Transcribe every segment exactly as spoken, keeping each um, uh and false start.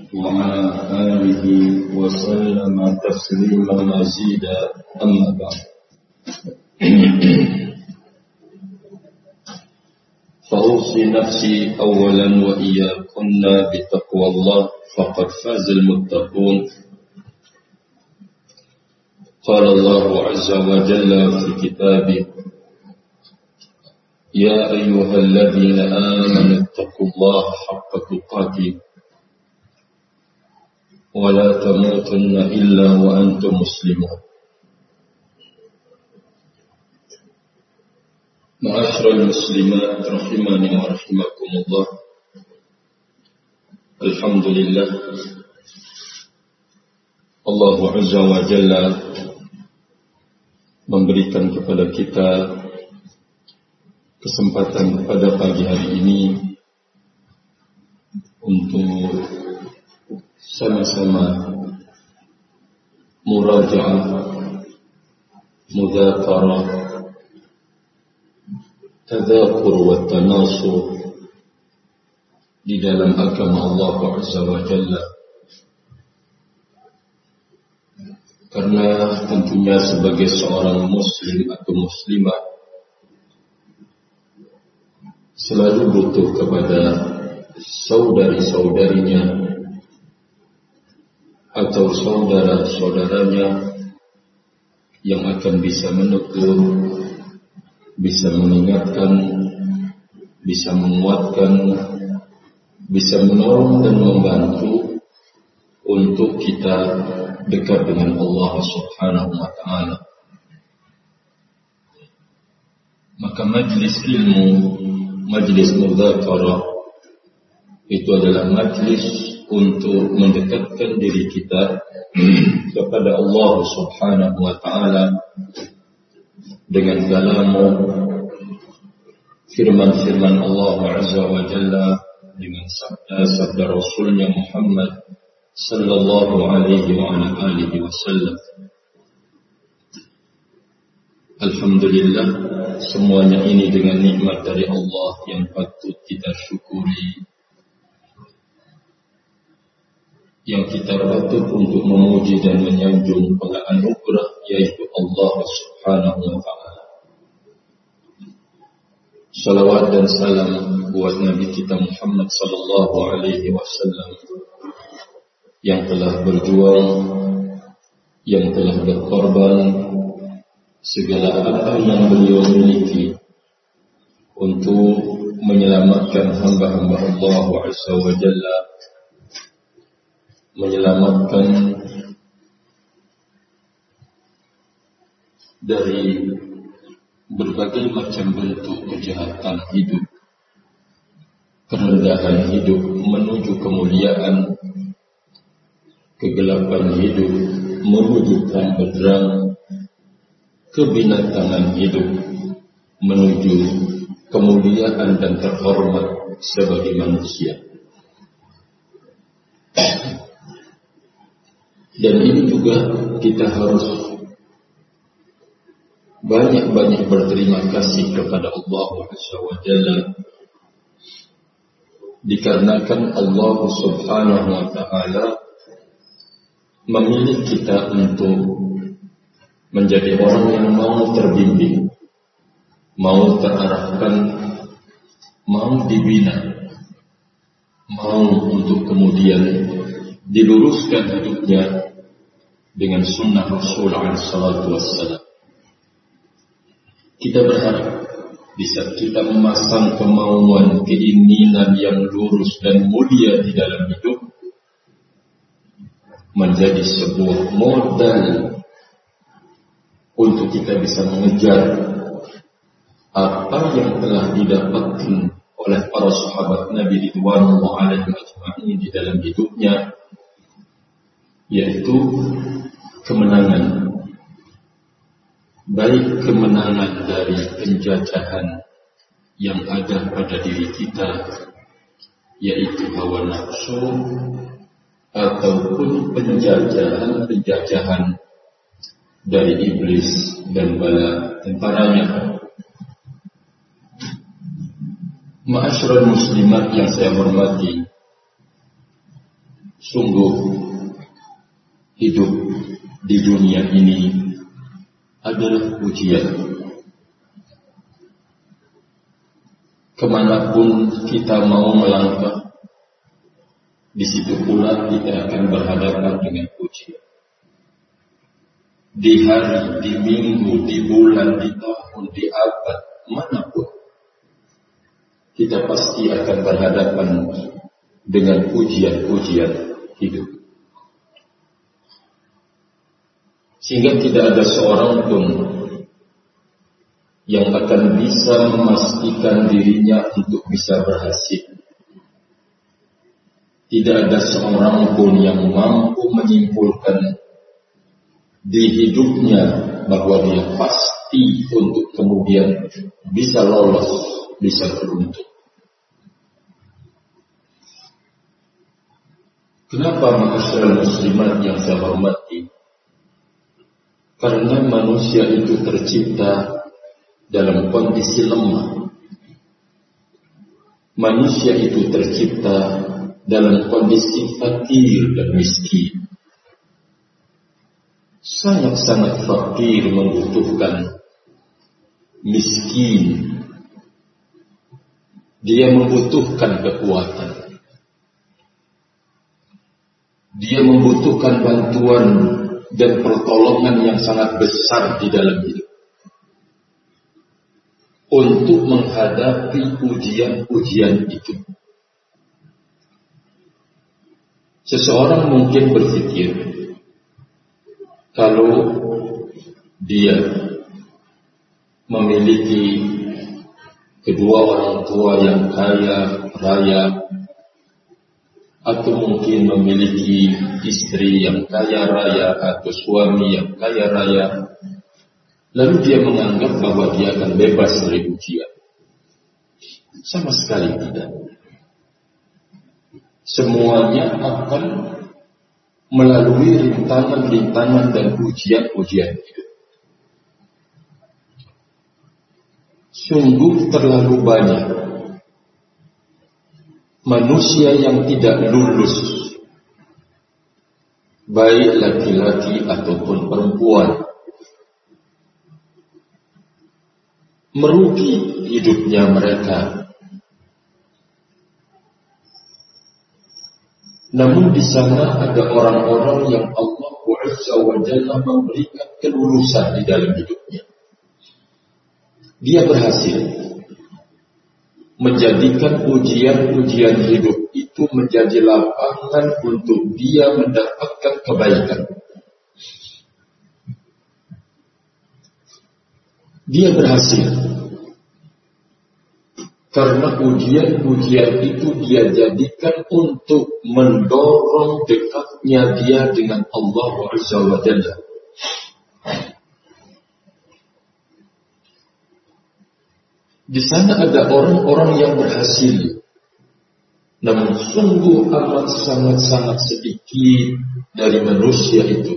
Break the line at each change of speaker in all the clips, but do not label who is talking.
وعلى آله وسلم تسليما مزيدا أما بعد فأوصي نفسي أولا وإياكن بتقوى الله فقد فاز المتقون. قال الله عز وجل في كتابه يا أيها الذين آمنوا اتقوا الله حق تقاته ولا تموتن إلا وأنتم مسلمون. Ma'asyiral muslimat rahimani wa rahimakumullah. Alhamdulillah Allah Azza wa Jalla memberikan kepada kita kesempatan pada pagi hari ini untuk sama-sama murajaah, mudzakarah, tadzakur wa tanasur di dalam agama Allah Azza wa Jalla. Karena tentunya sebagai seorang muslim atau muslimah selalu butuh kepada saudari-saudarinya atau saudara-saudaranya yang akan bisa menegur, bisa mengingatkan, bisa menguatkan, bisa menolong dan membantu untuk kita dekat dengan Allah Subhanahu wa ta'ala. Maka majlis ilmu, majlis mudzakarah itu adalah majlis untuk mendekatkan diri kita kepada Allah Subhanahu wa ta'ala dengan kalamu, firman-firman Allah Azza wa Jalla, dengan sabda-sabda Rasulnya Muhammad sallallahu alaihi wa ala alihi wasallam. Alhamdulillah, semuanya ini dengan nikmat dari Allah yang patut kita syukuri, yang kita patut untuk memuji dan menyanjung pada anugerah yaitu Allah Subhanahu wa ta'ala. Salawat dan salam buat Nabi kita Muhammad sallallahu alaihi wasallam yang telah berjuang, yang telah berkorban segala apa yang beliau miliki untuk menyelamatkan hamba-hamba Allah Azza wa Jalla, menyelamatkan dari berbagai macam bentuk kejahatan hidup, kerendahan hidup menuju kemuliaan, kegelapan hidup menuju terang benderang, kebinatangan hidup menuju kemuliaan dan terhormat sebagai manusia. Dan ini juga kita harus banyak-banyak berterima kasih kepada Allah Azza wa Jalla, dikarenakan Allah Subhanahu wa ta'ala memilih kita untuk menjadi orang yang mau terbimbing, mau terarahkan, mau dibina, mau untuk kemudian diluruskan hidupnya dengan sunnah Rasul alaihi salatu wassalam. Kita berharap bisa kita memasang kemauan, keinginan yang lurus dan mulia di dalam hidup menjadi sebuah modal untuk kita bisa mengejar apa yang telah didapatkan oleh para sahabat Nabi ridwanullah alaihim ajma'in di dalam hidupnya, yaitu kemenangan, baik kemenangan dari penjajahan yang ada pada diri kita, yaitu hawa nafsu, ataupun penjajahan-penjajahan dari iblis dan bala tentaranya. Ma'asyiral muslimat yang saya hormati, Sungguh hidup di dunia ini adalah ujian. Kemanapun kita mau melangkah, di situ pula kita akan berhadapan dengan ujian. Di hari, di minggu, di bulan, di tahun, di abad, manapun, kita pasti akan berhadapan dengan ujian-ujian hidup. Sehingga tidak ada seorang pun yang akan bisa memastikan dirinya untuk bisa berhasil. Tidak ada seorang pun yang mampu menyimpulkan di hidupnya bahwa dia pasti untuk kemudian bisa lolos, bisa beruntung. Kenapa masyarakat muslimat yang saya hormati? Karena manusia itu tercipta dalam kondisi lemah. Manusia itu tercipta dalam kondisi fakir dan miskin. Sangat-sangat fakir membutuhkan miskin. Dia membutuhkan kekuatan. Dia membutuhkan bantuan dan pertolongan yang sangat besar di dalam hidup untuk menghadapi ujian-ujian itu. Seseorang mungkin berpikir, kalau dia memiliki kedua orang tua yang kaya raya, atau mungkin memiliki istri yang kaya raya atau suami yang kaya raya, lalu dia menganggap bahwa dia akan bebas dari ujian. Sama sekali tidak. Semuanya akan melalui rintangan-rintangan dan ujian-ujian hidup. Sungguh terlalu banyak manusia yang tidak lulus, baik laki-laki ataupun perempuan. Merugi hidupnya mereka. Namun di sana ada orang-orang yang Allah Azza wa Jalla memberikan kelulusan di dalam hidupnya. Dia berhasil menjadikan ujian-ujian hidup itu menjadi lapangan untuk dia mendapatkan kebaikan. Dia berhasil karena ujian-ujian itu dia jadikan untuk mendorong dekatnya dia dengan Allah Azza wa Jalla. Di sana ada orang-orang yang berhasil, namun sungguh amat sangat-sangat sedikit dari manusia itu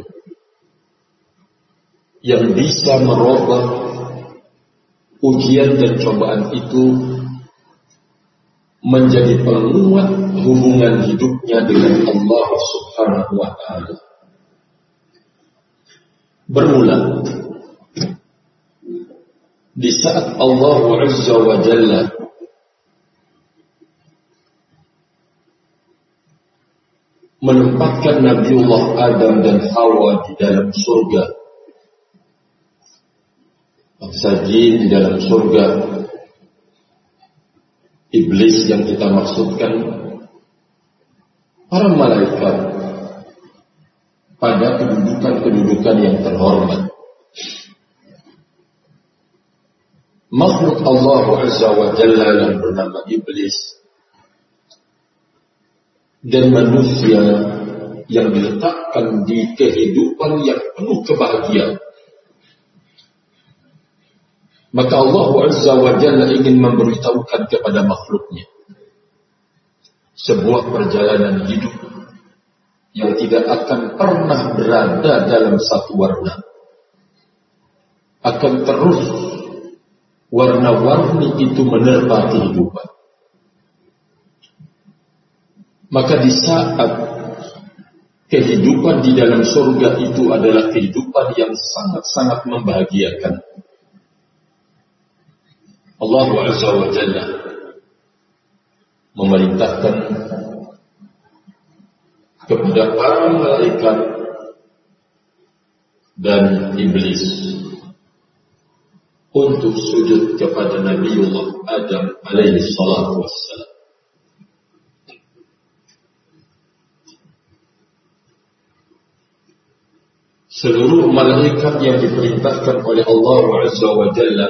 yang bisa merubah ujian dan cobaan itu menjadi penguat hubungan hidupnya dengan Allah Subhanahu wa Ta'ala. Bermula di saat Allah Azza wa Jalla menempatkan Nabiullah Adam dan Hawa di dalam surga, bangsa jin di dalam surga, iblis yang kita maksudkan, para malaikat pada kedudukan-kedudukan yang terhormat. Makhluk Allah Azza wa Jalla yang bernama iblis dan manusia yang diletakkan di kehidupan yang penuh kebahagiaan. Maka Allah Azza wa Jalla ingin memberitahukan kepada makhluknya sebuah perjalanan hidup yang tidak akan pernah berada dalam satu warna. Akan terus warna-warni itu menerpa kehidupan. Maka di saat kehidupan di dalam surga itu adalah kehidupan yang sangat-sangat membahagiakan. Allah Azza wa Jalla memerintahkan kepada para malaikat dan iblis untuk sujud kepada Nabiullah Adam alaihi salatu wassalam. Seluruh malaikat yang diperintahkan oleh Allah Azza wa Jalla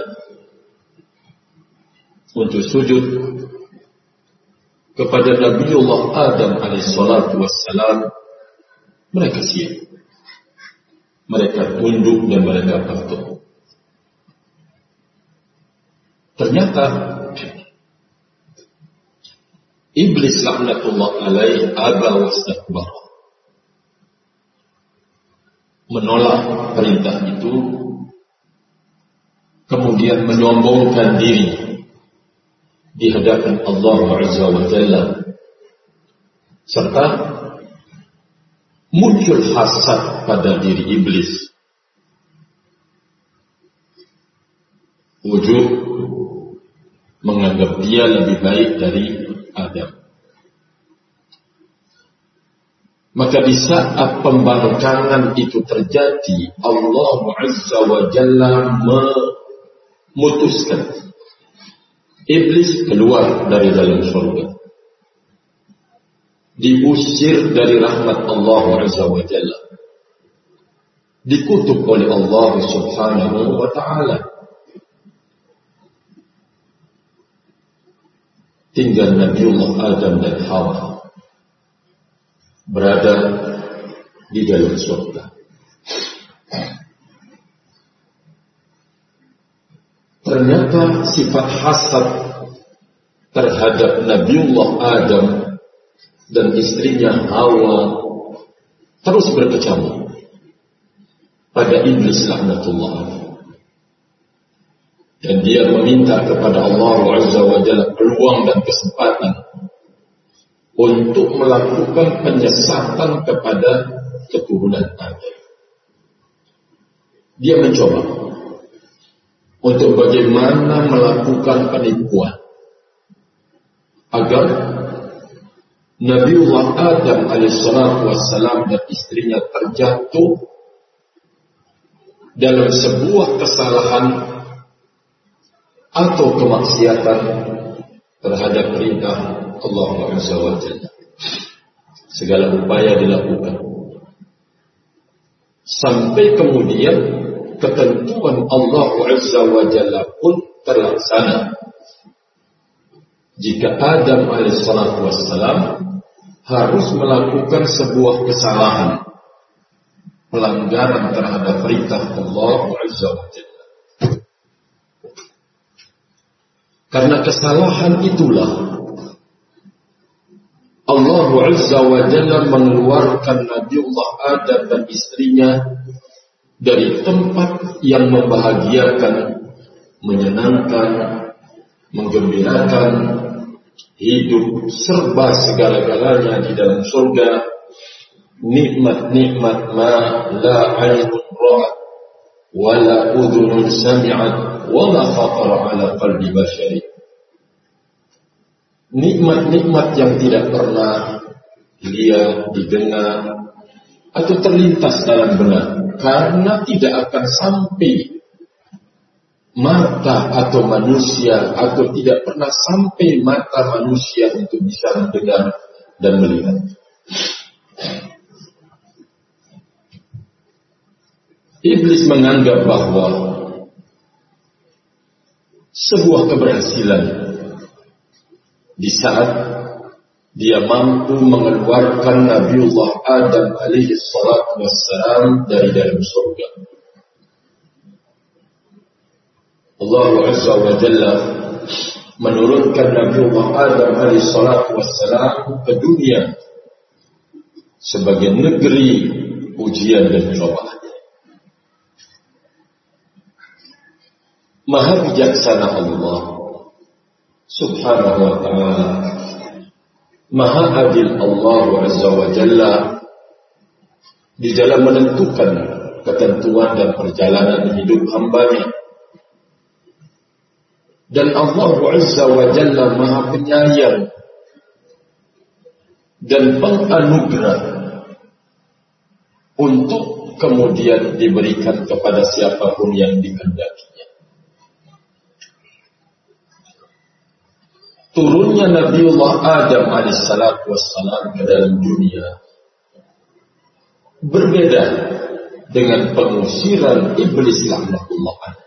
untuk sujud kepada Nabiullah Adam alaihi salatu wassalam, mereka siap, mereka tunduk dan mereka patuh. Ternyata iblis laknatullah alaih aba wastakbar, menolak perintah itu, kemudian menyombongkan diri di hadapan Allah Azza wa Jalla, serta muncul hasad pada diri iblis. Wujud menganggap dia lebih baik dari Adam. Maka di saat pembangkangan itu terjadi, Allah Azza wa Jalla memutuskan iblis keluar dari dalam surga, diusir dari rahmat Allah Azza wa Jalla, dikutuk oleh Allah Subhanahu wa ta'ala. Tinggal Nabiullah Adam dan Hawa berada di dalam surga. Ternyata sifat hasad terhadap Nabiullah Adam dan istrinya Hawa terus berkecamuk pada iblis laknatullah. Dan dia meminta kepada Allah Azza wa Jalla peluang dan kesempatan untuk melakukan penyesatan kepada keturunan Adam. Dia mencoba untuk bagaimana melakukan penipuan agar Nabiullah Adam alaihissalatu wassalam dan istrinya terjatuh dalam sebuah kesalahan atau kemaksiatan terhadap perintah Allah Azza wa Jalla. Segala upaya dilakukan sampai kemudian ketentuan Allah Azza wa Jalla pun terlaksana. Jika Adam alaihissalatu wassalam harus melakukan sebuah kesalahan, pelanggaran terhadap perintah Allah Azza wa Jalla. Karena kesalahan itulah Allah Azza wa Jalla mengeluarkan Nabiullah Adam dan istrinya dari tempat yang membahagiakan, menyenangkan, menggembirakan, hidup serba segala-galanya di dalam surga, nikmat-nikmat ma la 'ainun ra'at wa la udhunun sami'at wa ma khatara 'ala qalbi bashari. Nikmat-nikmat yang tidak pernah dilihat, didengar atau terlintas dalam benak, karena tidak akan sampai mata atau manusia, atau tidak pernah sampai mata manusia untuk bisa mendengar dan melihat. Iblis menganggap bahwa sebuah keberhasilan di saat dia mampu mengeluarkan Nabiullah Adam alaihi salatu wassalam dari dalam surga. Allah Azza wa Jalla menurunkan Nabiullah Adam alaihi salatu wassalam ke dunia sebagai negeri ujian dan cobaan. Maha bijaksana Allah Subhanahu wa ta'ala, Maha adil Allah Azza wa Jalla di dalam menentukan ketentuan dan perjalanan hidup hambanya. Dan Allah Azza wa Jalla Maha Penyayang dan penganugerah untuk kemudian diberikan kepada siapapun yang dikehendakinya. Turunnya Nabiullah Adam alaihissalatu wassalam ke dalam dunia berbeda dengan pengusiran iblis laknatullah alaih.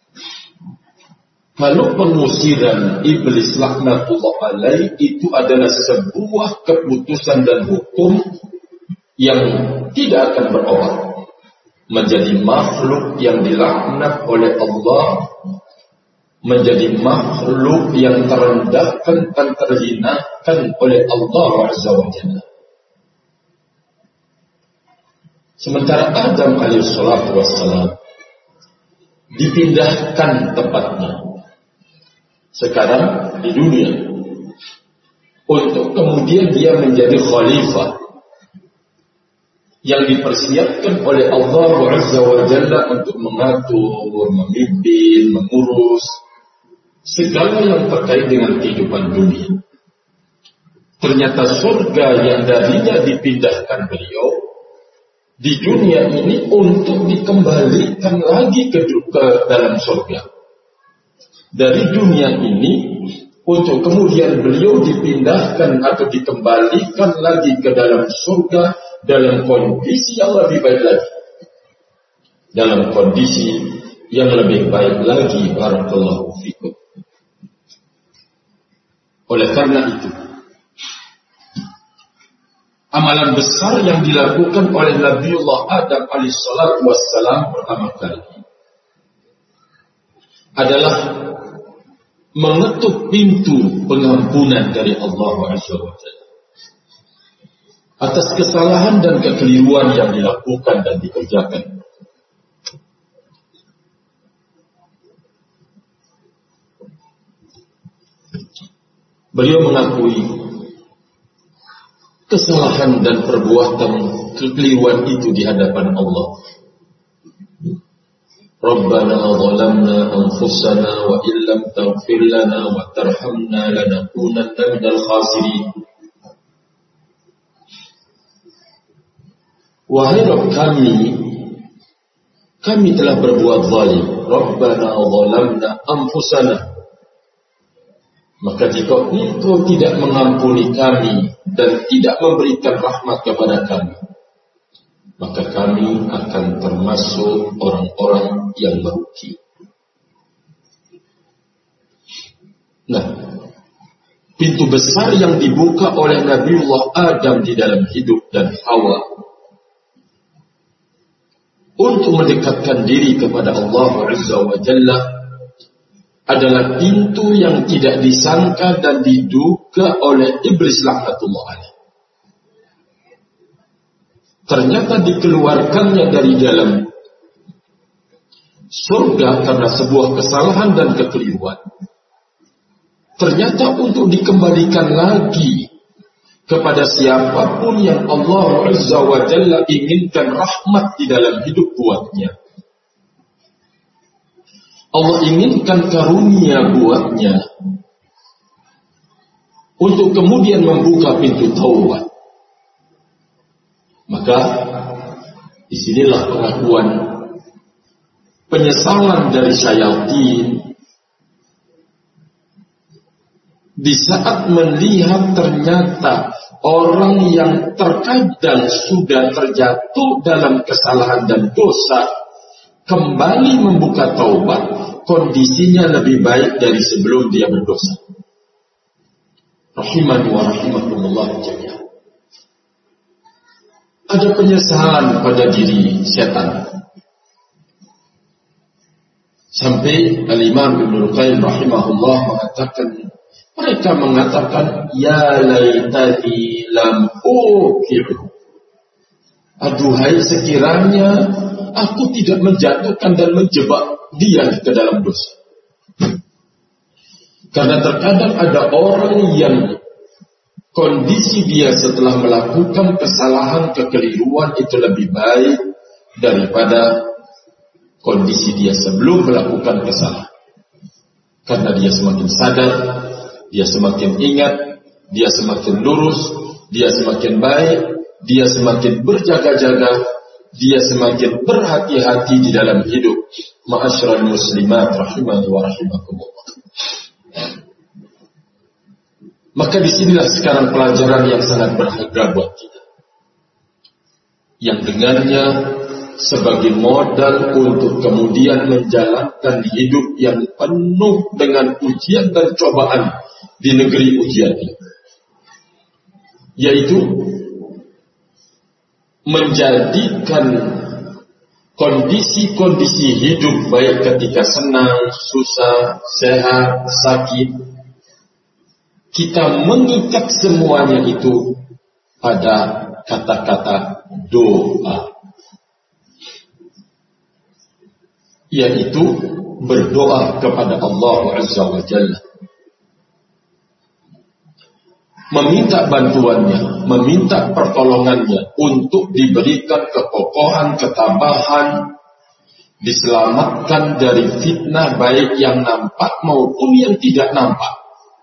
Kalau pengusiran iblis laknatullah alaih itu adalah sebuah keputusan dan hukum yang tidak akan berubah, menjadi makhluk yang dilaknat oleh Allah, menjadi makhluk yang terendahkan dan terhinakan oleh Allah Azza wa Jalla. Sementara Adam alaihissalatu wassalam dipindahkan tempatnya sekarang di dunia untuk kemudian dia menjadi khalifah yang dipersiapkan oleh Allah Azza wa Jalla untuk mengatur, memimpin, mengurus segala yang terkait dengan kehidupan dunia. Ternyata surga yang darinya dipindahkan beliau di dunia ini untuk dikembalikan lagi ke, ke dalam surga. Dari dunia ini untuk kemudian beliau dipindahkan atau dikembalikan lagi ke dalam surga dalam kondisi yang lebih baik lagi. Dalam kondisi yang lebih baik lagi. Barakallahu fikum. Oleh karena itu, amalan besar yang dilakukan oleh Nabiullah Adam alaihissalatu wassalam pertama kali adalah mengetuk pintu pengampunan dari Allah Azza wa Jalla atas kesalahan dan kekeliruan yang dilakukan dan dikerjakan. Beliau mengakui kesalahan dan perbuatan kekeliruan itu di hadapan Allah. Rabbana zalamna anfusana wa illam taghfir lana wa tarhamna lanakunanna minal khasirin. Wahai Rabb kami, kami telah berbuat zalim. Rabbana zalamna anfusana. Maka jika Engkau tidak mengampuni kami dan tidak memberikan rahmat kepada kami, maka kami akan termasuk orang-orang yang merugi. Nah, pintu besar yang dibuka oleh Nabiullah Adam di dalam hidup dan Hawa untuk mendekatkan diri kepada Allah Azza wa Jalla adalah pintu yang tidak disangka dan diduga oleh iblis laknatullah alaih. Ternyata dikeluarkannya dari dalam surga karena sebuah kesalahan dan kekeliruan. Ternyata untuk dikembalikan lagi kepada siapapun yang Allah Azza wa Jalla inginkan rahmat di dalam hidup buatnya. Allah inginkan karunia buatnya untuk kemudian membuka pintu taubat. Maka disinilah pengakuan penyesalan dari syaitan di saat melihat ternyata orang yang terkadang sudah terjatuh dalam kesalahan dan dosa kembali membuka taubat, kondisinya lebih baik dari sebelum dia berdosa. Rahimani wa rahimakumullah jami'an. Ada penyesalan pada diri setan. Sampai Al-Imam Ibnu Qayyim rahimahullah mengatakan, mereka mengatakan, ya laitani lam uqi'u. Aduhai sekiranya aku tidak menjatuhkan dan menjebak dia ke dalam dosa. Karena terkadang ada orang yang kondisi dia setelah melakukan kesalahan, kekeliruan itu lebih baik daripada kondisi dia sebelum melakukan kesalahan. Karena dia semakin sadar, dia semakin ingat, dia semakin lurus, dia semakin baik, dia semakin berjaga-jaga, dia semakin berhati-hati di dalam hidup. Ma'asyiral muslimat rahimani wa rahimakumullah. Maka disinilah sekarang pelajaran yang sangat berharga buat kita, yang dengannya sebagai modal untuk kemudian menjalankan hidup yang penuh dengan ujian dan cobaan di negeri ujian ini, yaitu menjadikan kondisi-kondisi hidup baik ketika senang, susah, sehat, sakit, kita mengikat semuanya itu pada kata-kata doa, yaitu berdoa kepada Allah Azza wa Jalla, meminta bantuannya, meminta pertolongannya untuk diberikan kekokohan, ketabahan, diselamatkan dari fitnah baik yang nampak maupun yang tidak nampak.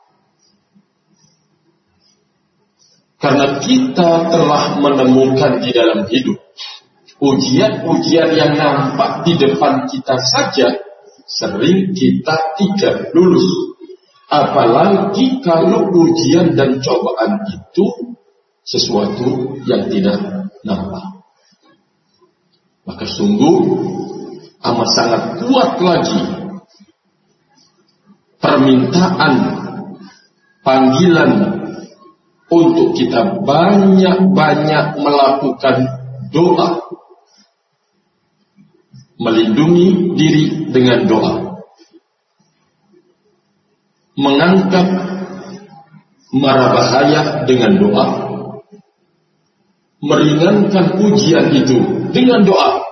Karena kita telah menemukan di dalam hidup ujian-ujian yang nampak di depan kita saja sering kita tidak lulus. Apalagi kalau ujian dan cobaan itu sesuatu yang tidak nampak. Maka sungguh amat sangat kuat lagi permintaan, panggilan untuk kita banyak-banyak melakukan doa, melindungi diri dengan doa, mengangkat mara bahaya dengan doa, meringankan ujian itu dengan doa.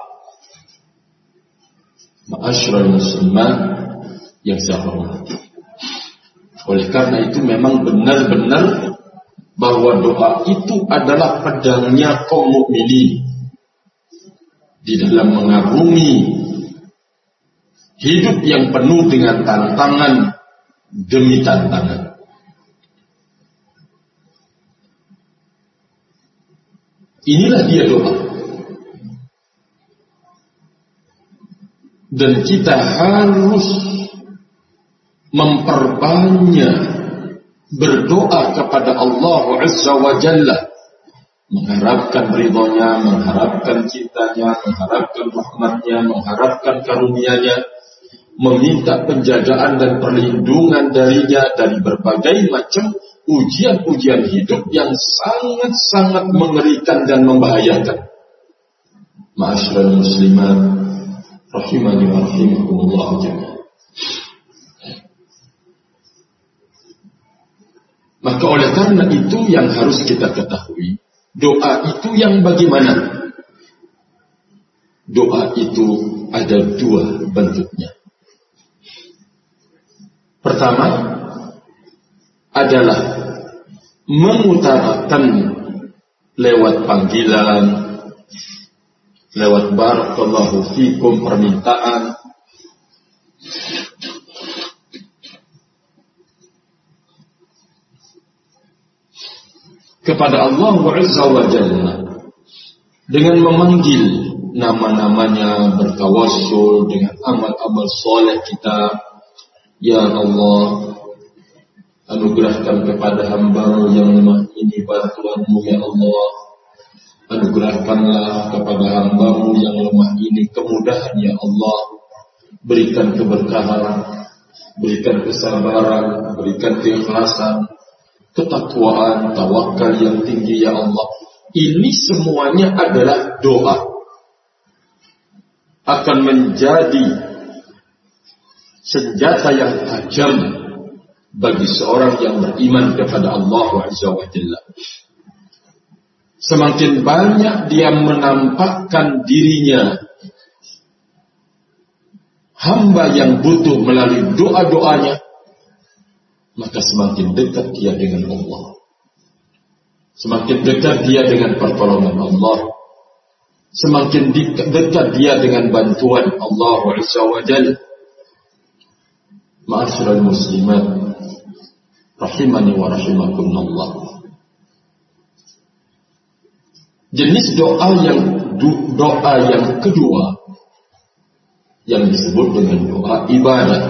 Ma'asyiral muslimat yang saya hormati. Oleh karena itu memang benar-benar bahwa doa itu adalah pedangnya kaum mukminin di dalam mengagumi hidup yang penuh dengan tantangan demi tantangan. Inilah dia doa. Dan kita harus memperbanyak berdoa kepada Allah Azza wa Jalla, mengharapkan ridhonya, mengharapkan cintanya, mengharapkan rahmatnya, mengharapkan karunia-Nya, meminta penjagaan dan perlindungan darinya dari berbagai macam ujian-ujian hidup yang sangat-sangat mengerikan dan membahayakan. Ma'asyiral muslimat rahimani wa rahimakumullah jami'an. Maka oleh karena itu yang harus kita ketahui, doa itu yang bagaimana? Doa itu ada dua bentuknya. Pertama adalah mengutarakan lewat panggilan, lewat barakallahu fikum, permintaan, kepada Allah Azza wa Jalla dengan memanggil nama-namanya, bertawassul dengan amal-amal soleh kita. Ya Allah, anugerahkan kepada hamba-Mu yang lemah ini bantuan-Mu ya Allah. Anugerahkanlah kepada hamba-Mu yang lemah ini kemudahan ya Allah. Berikan keberkahan, berikan kesabaran, berikan keikhlasan, ketakwaan, tawakal yang tinggi ya Allah. Ini semuanya adalah doa, akan menjadi senjata yang tajam bagi seorang yang beriman kepada Allah Azza wa Jalla. Semakin banyak dia menampakkan dirinya hamba yang butuh melalui doa-doanya, maka semakin dekat dia dengan Allah. semakin dekat dia dengan pertolongan Allah, semakin dekat dia dengan bantuan Allah Azza wa Jalla. Ma'asyiral muslimat rahimani wa rahimakumullah. Jenis doa yang doa yang kedua yang disebut dengan doa ibadah,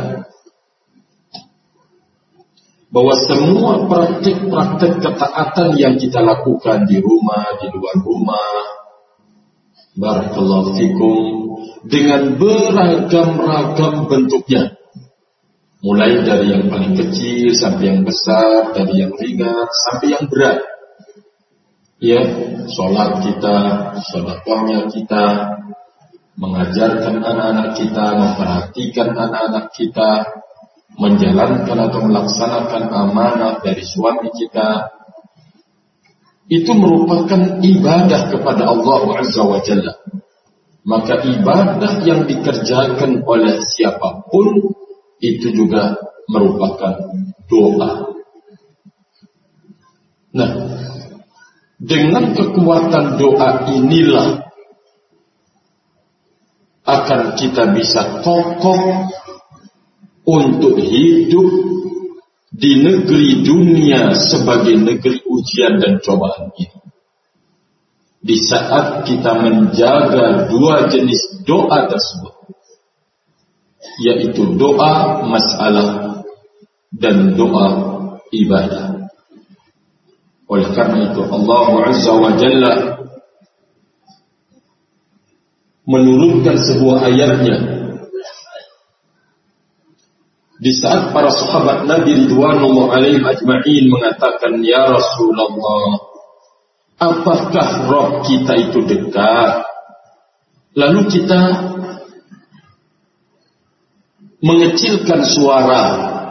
bahwa semua praktik-praktik ketaatan yang kita lakukan di rumah, di luar rumah, barakallahu fikum, dengan beragam-ragam bentuknya, mulai dari yang paling kecil sampai yang besar, dari yang ringan sampai yang berat. Ya, sholat kita, sedekahnya kita, mengajarkan anak-anak kita, memperhatikan anak-anak kita, menjalankan atau melaksanakan amanah dari suami kita, itu merupakan ibadah kepada Allah Azza wa Jalla. Maka ibadah yang dikerjakan oleh siapapun itu juga merupakan doa. Nah, dengan kekuatan doa inilah akan kita bisa kokoh untuk hidup di negeri dunia sebagai negeri ujian dan cobaan ini. Di saat kita menjaga dua jenis doa tersebut, yaitu doa masalah dan doa ibadah. Oleh karena itu Allah Azza wa Jalla menurunkan sebuah ayatnya di saat para sahabat Nabi ridwanullah alaihim ajma'in mengatakan, ya Rasulullah, apakah Rabb kita itu dekat? Lalu kita mengecilkan suara,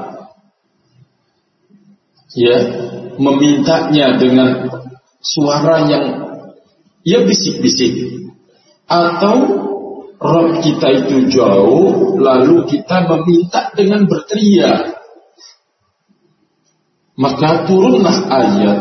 ya, memintanya dengan suara yang ya bisik-bisik, atau Rabb kita itu jauh lalu kita meminta dengan berteriak. Maka turunlah ayat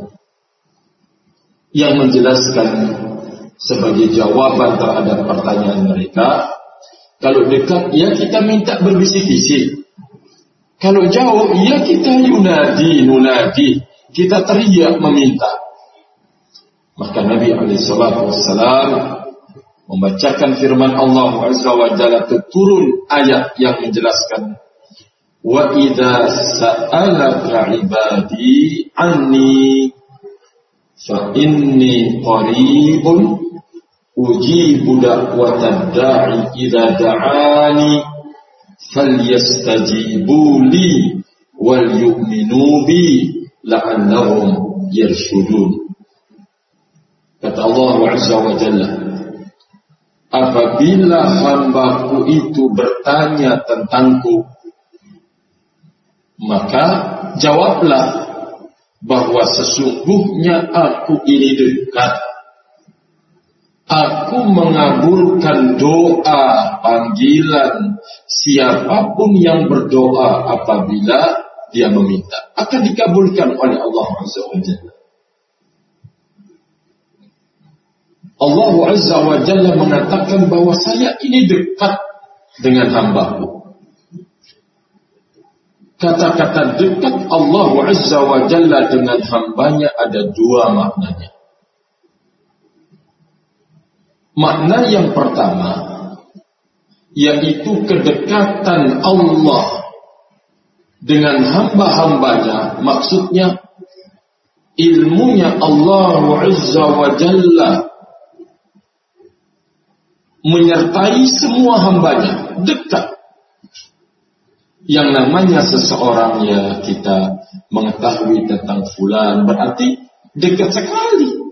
yang menjelaskan sebagai jawaban terhadap pertanyaan mereka. Kalau dekat, ya kita minta berbisik-bisik. Kalau jauh, ya kita yunadi, nunadi, kita teriak meminta. Maka Nabi alaihi salatu wassalam membacakan firman Allah Azza wa Jalla, turun ayat yang menjelaskan, wa idza sa'alaka ibadi anni fa inni qaribun ujibu da'watad da'i idza da'ani falyastajibu li wal yu'minu bi la'annahum yarshudun. Kata Allah Azza wa Jalla, apabila hambaku itu bertanya tentangku, maka jawablah bahwa sesungguhnya aku ini dekat. Aku mengabulkan doa panggilan siapapun yang berdoa apabila dia meminta. Akan dikabulkan oleh Allah Azza wa Jalla. Allah Azza wa Jalla mengatakan bahwa saya ini dekat dengan hambaku. Kata-kata dekat Allah Azza wa Jalla dengan hambanya ada dua maknanya. Makna yang pertama, yaitu kedekatan Allah dengan hamba-hambanya. Maksudnya ilmunya Allah Azza wa Jalla menyertai semua hambanya, dekat. Yang namanya seseorang, ya kita mengetahui tentang fulan, berarti dekat sekali.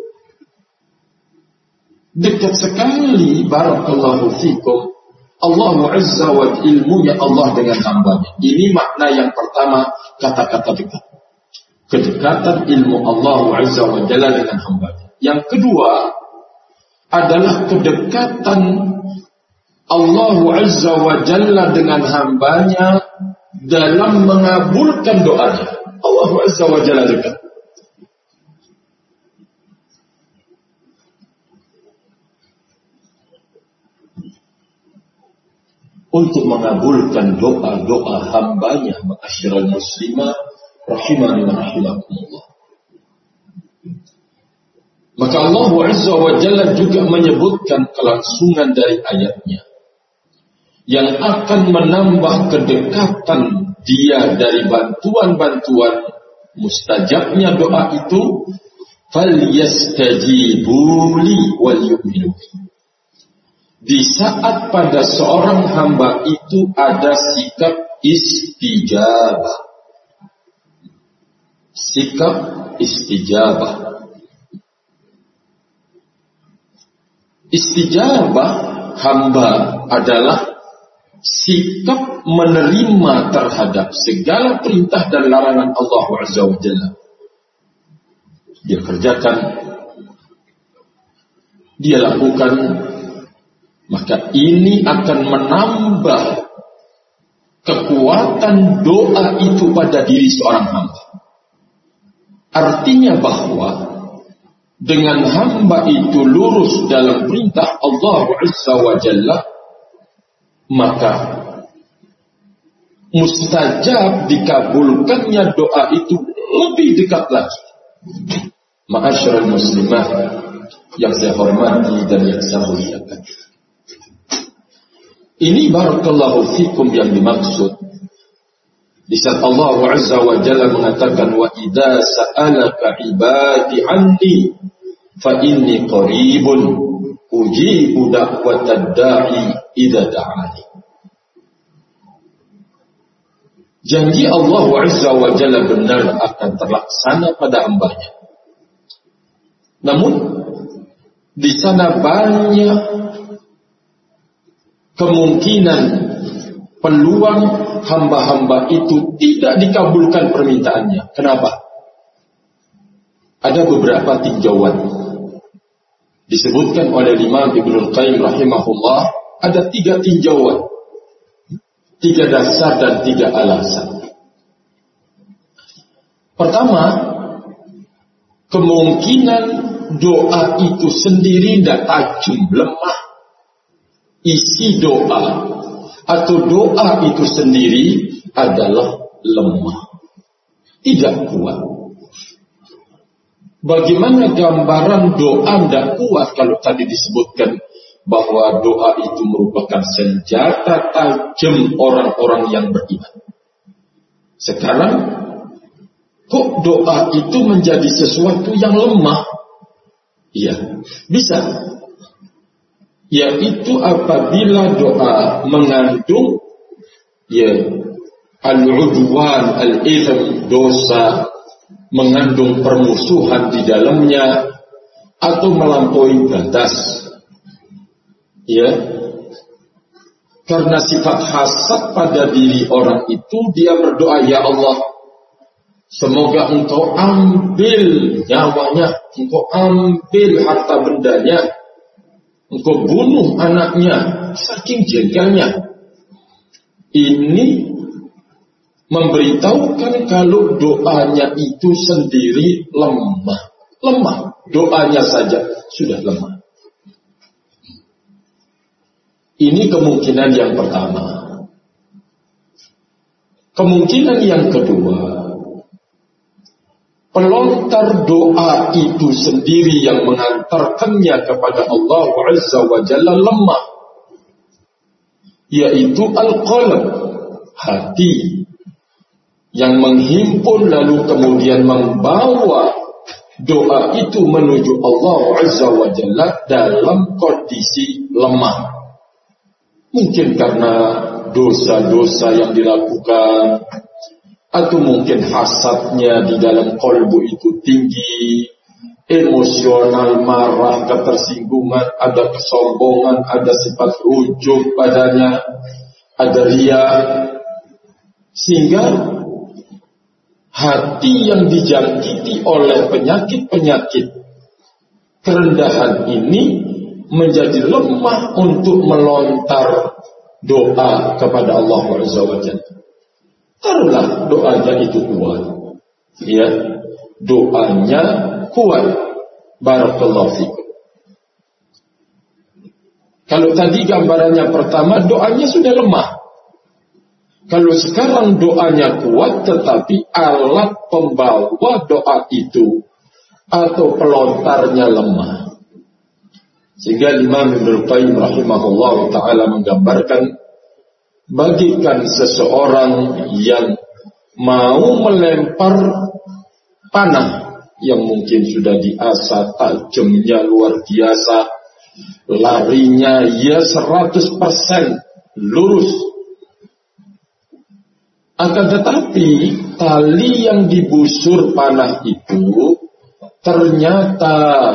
Dekat sekali, barakallahu fikum, Allah Azza wa Jalla, ilmunya Allah dengan hambanya. Ini makna yang pertama, kata-kata dekat. Kedekatan ilmu Allah Azza wa Jalla dengan hambanya. Yang kedua adalah kedekatan Allah Azza wa Jalla dengan hambanya dalam mengabulkan doanya. Allah Azza wa Jalla dekat. untuk mengabulkan doa-doa hambanya, ma'asyiral muslimah rahimani wa rahimakumullah. Maka Allah Azza wa Jalla juga menyebutkan kelangsungan dari ayatnya yang akan menambah kedekatan dia dari bantuan-bantuan mustajabnya doa itu. Falyastajibu li wal yu'minu. Di saat pada seorang hamba itu ada sikap istijabah. Sikap istijabah. Istijabah hamba adalah sikap menerima terhadap segala perintah dan larangan Allah Azza wa Jalla. Dia kerjakan, dia lakukan, maka ini akan menambah kekuatan doa itu pada diri seorang hamba. Artinya bahwa dengan hamba itu lurus dalam perintah Allah Azza wa Jalla, maka mustajab dikabulkannya doa itu lebih dekat lagi. Ma'asyiral muslimah yang saya hormati dan yang saya muliakan, ini barakallahu fikum yang dimaksud di saat Allah Azza wa Jalla mengatakan wa idza sa'alaka ibadi anni fa inni qaribun ujibu da'watad da'i idza da'ani. Janji Allah Azza wa Jalla benar akan terlaksana pada hambanya. Namun di sana banyak kemungkinan peluang hamba-hamba itu tidak dikabulkan permintaannya. Kenapa? Ada beberapa tinjauan. Disebutkan oleh Imam Ibnul Qayyim rahimahullah, ada tiga tinjauan. Tiga dasar dan tiga alasan. Pertama, kemungkinan doa itu sendiri tidak tajam, lemah. Isi doa atau doa itu sendiri adalah lemah, tidak kuat. Bagaimana gambaran doa tidak kuat kalau tadi disebutkan bahwa doa itu merupakan senjata tajam orang-orang yang beriman. Sekarang kok doa itu menjadi sesuatu yang lemah? Iya, bisa. Yaitu apabila doa mengandung ya al-udwan, al-ithm, dosa, mengandung permusuhan di dalamnya atau melampaui batas. Ya, karena sifat hasad pada diri orang itu, dia berdoa, ya Allah, semoga engkau ambil nyawanya, engkau ambil harta bendanya, engkau bunuh anaknya, saking jengkelnya. Ini memberitahukan kalau doanya itu sendiri lemah. Lemah, doanya saja sudah lemah. Ini kemungkinan yang pertama. Kemungkinan yang kedua, pelontar doa itu sendiri yang mengantarkannya kepada Allah Azza wa Jalla lemah, yaitu al-qalb, hati, yang menghimpun lalu kemudian membawa doa itu menuju Allah Azza wa Jalla dalam kondisi lemah. Mungkin karena dosa-dosa yang dilakukan, atau mungkin hasadnya di dalam kolbu itu tinggi, emosional, marah, ketersinggungan, ada kesombongan, ada sifat ujub padanya, ada ria, sehingga hati yang dijangkiti oleh penyakit-penyakit kerendahan ini menjadi lemah untuk melontar doa kepada Allah Azza wa Jalla. Taruhlah doanya itu kuat, ya, doanya kuat. Barakallahu fikum. Kalau tadi gambarannya pertama, doanya sudah lemah. Kalau sekarang doanya kuat, tetapi alat pembawa doa itu atau pelontarnya lemah. Sehingga Imam Ibnu Qayyim rahimahullah ta'ala menggambarkan, bagikan seseorang yang mau melempar panah yang mungkin sudah diasah, tajamnya luar biasa, larinya ya seratus persen lurus. Akan tetapi tali yang dibusur panah itu ternyata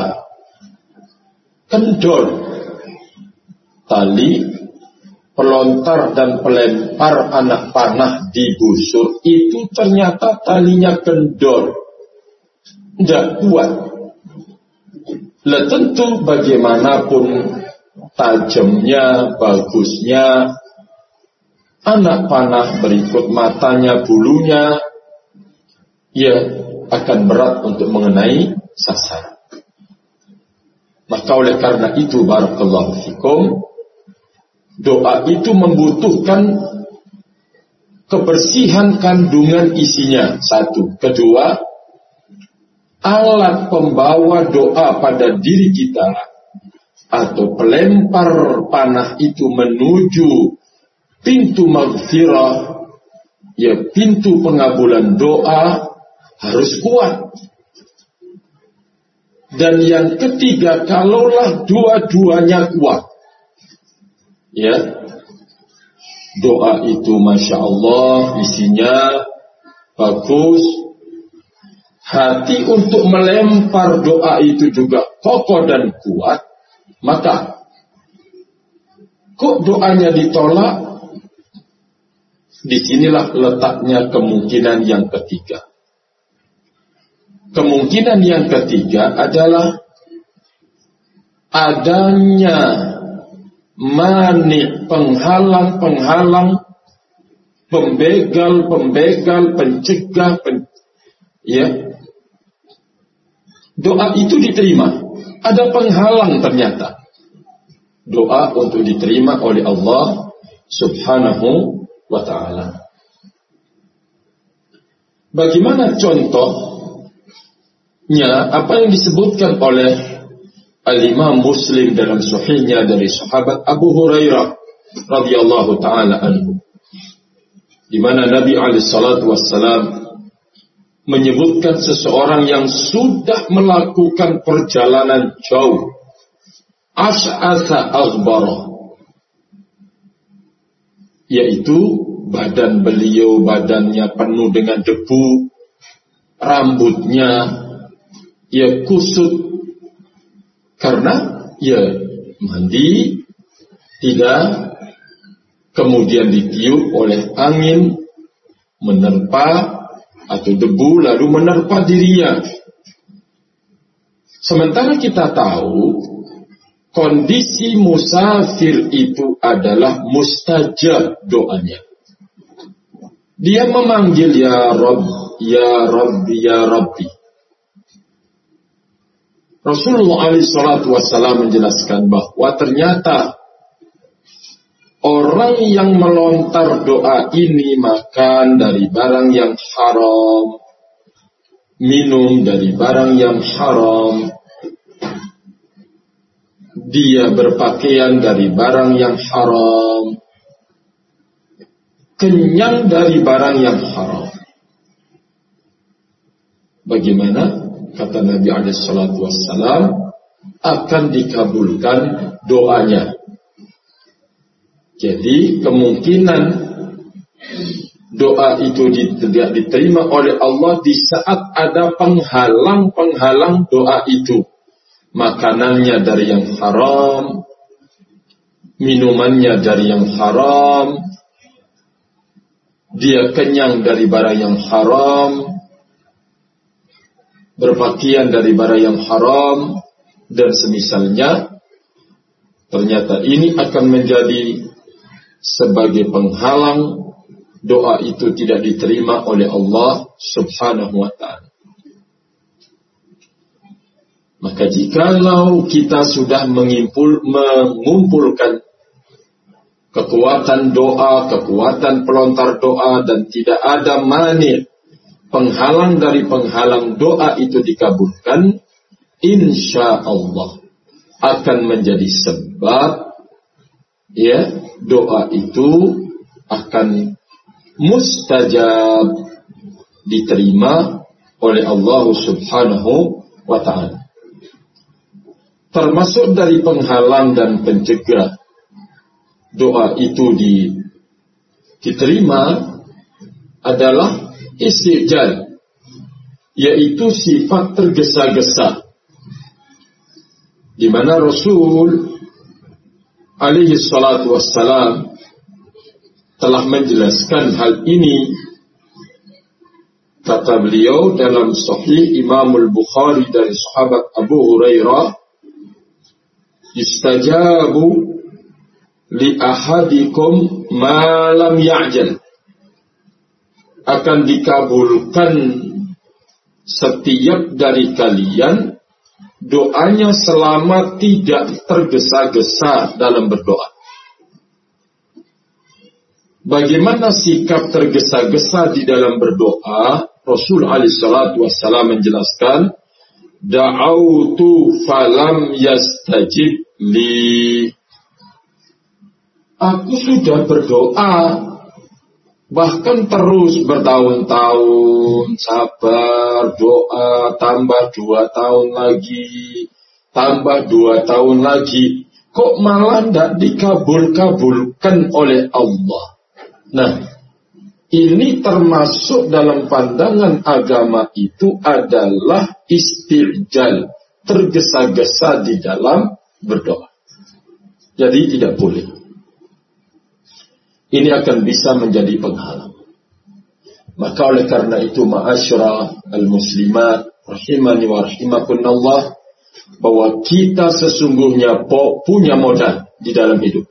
kendor. Tali pelontar dan pelempar anak panah dibusur itu ternyata talinya kendor, tidak kuat. Lah tentu bagaimanapun tajamnya, bagusnya anak panah berikut matanya, bulunya, ya akan berat untuk mengenai sasaran. Maka oleh karena itu, barakallahu fikum, doa itu membutuhkan kebersihan kandungan isinya, satu. Kedua, alat pembawa doa pada diri kita atau pelempar panah itu menuju pintu maghfirah, ya pintu pengabulan doa harus kuat. Dan yang ketiga, kalaulah dua-duanya kuat, ya doa itu masya Allah isinya bagus, hati untuk melempar doa itu juga kokoh dan kuat, maka kok doanya ditolak? Disinilah letaknya kemungkinan yang ketiga. Kemungkinan yang ketiga adalah adanya mani, penghalang-penghalang, pembegal-pembegal, pencegah, pen, ya. Doa itu diterima. Ada penghalang ternyata. Doa untuk diterima oleh Allah Subhanahu wa ta'ala. Bagaimana contohnya? Apa yang disebutkan oleh Al-Imam Muslim dalam sahihnya dari sahabat Abu Hurairah radhiyallahu ta'ala anhu, di mana Nabi alaihi salatu wassalam menyebutkan seseorang yang sudah melakukan perjalanan jauh, ash'asa aghbara, yaitu badan beliau, badannya penuh dengan debu, rambutnya ya kusut karena ya mandi tidak, kemudian ditiup oleh angin, menerpa atau debu lalu menerpa dirinya. Sementara kita tahu kondisi musafir itu adalah mustajab doanya. Dia memanggil ya Rabb, ya Rabbi, ya Rabbi. Rasulullah alaihi salatu wassalam menjelaskan bahwa ternyata orang yang melontar doa ini makan dari barang yang haram, minum dari barang yang haram, dia berpakaian dari barang yang haram, kenyang dari barang yang haram. Bagaimana? Kata Nabi alaihi salatu wassalam, akan dikabulkan doanya. Jadi kemungkinan doa itu tidak diterima oleh Allah di saat ada penghalang-penghalang doa itu. Makanannya dari yang haram, minumannya dari yang haram, dia kenyang dari barang yang haram, berpakaian dari barang yang haram, dan semisalnya. Ternyata ini akan menjadi sebagai penghalang doa itu tidak diterima oleh Allah Subhanahu wa ta'ala. Maka jikalau kita sudah mengimpul, mengumpulkan kekuatan doa, kekuatan pelontar doa, dan tidak ada mani penghalang dari penghalang doa itu dikabulkan, insya Allah akan menjadi sebab ya doa itu akan mustajab, diterima oleh Allah Subhanahu wa ta'ala. Termasuk dari penghalang dan pencegah doa itu di, diterima adalah istijal, yaitu sifat tergesa-gesa, di mana Rasul alaihi salatu wassalam telah menjelaskan hal ini. Kata beliau dalam Sahih Imam Al-Bukhari dari sahabat Abu Hurairah, istajabu li ahadikum ma lam ya'jal, akan dikabulkan setiap dari kalian doanya selama tidak tergesa-gesa dalam berdoa. Bagaimana sikap tergesa-gesa di dalam berdoa? Rasul alaihi salatu wassalam menjelaskan, da'autu falam yastajib li. Aku sudah berdoa, bahkan terus bertahun-tahun, sabar, doa, tambah dua tahun lagi, tambah dua tahun lagi, kok malah tidak dikabul-kabulkan oleh Allah. Nah, ini termasuk dalam pandangan agama itu adalah istijal, tergesa-gesa di dalam berdoa. Jadi tidak boleh. Ini akan bisa menjadi penghalang. Maka oleh karena itu, ma'asyara al-muslimat rahimani wa rahimakunallah, bahwa kita sesungguhnya punya modal di dalam hidup.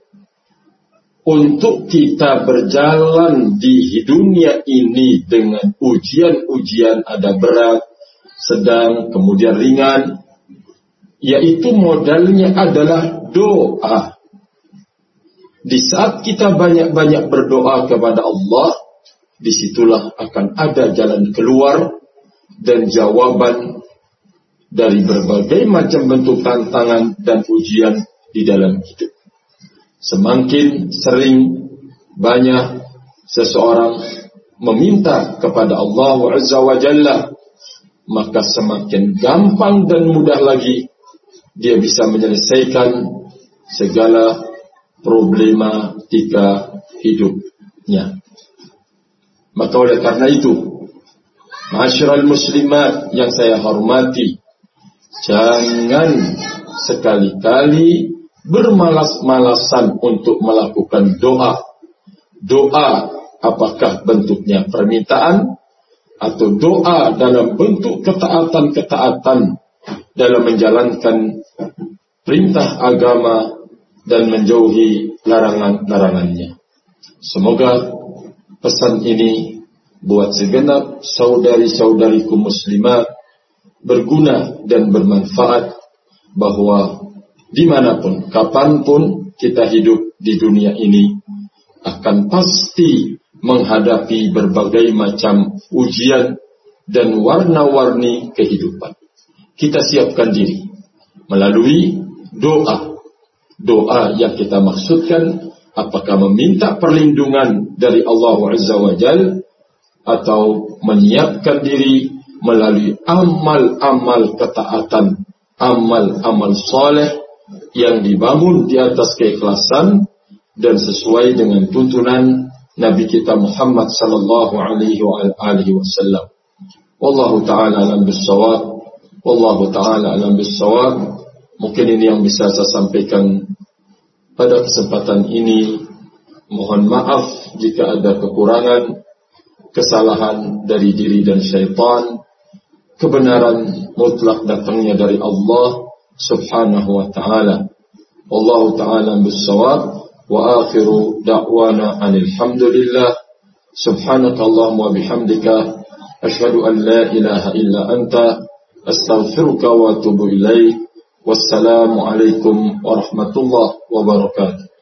Untuk kita berjalan di dunia ini dengan ujian-ujian, ada berat, sedang, kemudian ringan, yaitu modalnya adalah doa. Di saat kita banyak-banyak berdoa kepada Allah, disitulah akan ada jalan keluar dan jawaban dari berbagai macam bentuk tantangan dan ujian di dalam hidup. Semakin sering banyak seseorang meminta kepada Allah Azza wa Jalla, maka semakin gampang dan mudah lagi dia bisa menyelesaikan segala problematika hidupnya. Maka oleh karena itu, ma'asyiral muslimat yang saya hormati, jangan sekali-kali bermalas-malasan untuk melakukan doa. Doa apakah bentuknya permintaan atau doa dalam bentuk ketaatan-ketaatan dalam menjalankan perintah agama dan menjauhi larangan-larangannya. Semoga pesan ini buat segenap saudari-saudariku muslimat berguna dan bermanfaat, bahwa dimanapun, kapanpun kita hidup di dunia ini akan pasti menghadapi berbagai macam ujian dan warna-warni kehidupan. Kita siapkan diri melalui doa. Doa yang kita maksudkan apakah meminta perlindungan dari Allah Azza wa Jalla, atau menyiapkan diri melalui amal-amal ketaatan, amal-amal soleh yang dibangun di atas keikhlasan dan sesuai dengan tuntunan Nabi kita Muhammad sallallahu alaihi wasallam. Wallahu taala alam bissawab. Wallahu taala alam bissawab. Mungkin ini yang bisa saya sampaikan pada kesempatan ini. Mohon maaf jika ada kekurangan, kesalahan dari diri dan syaitan. Kebenaran mutlak datangnya dari Allah Subhanahu wa ta'ala. Wallahu ta'ala bis-shawab. Wa akhiru da'wana anil hamdulillah. Subhanakallahumma wa bihamdika, asyhadu an la ilaha illa anta, Astaghfiruka wa atubu ilaik. Wassalamualaikum warahmatullahi wabarakatuh.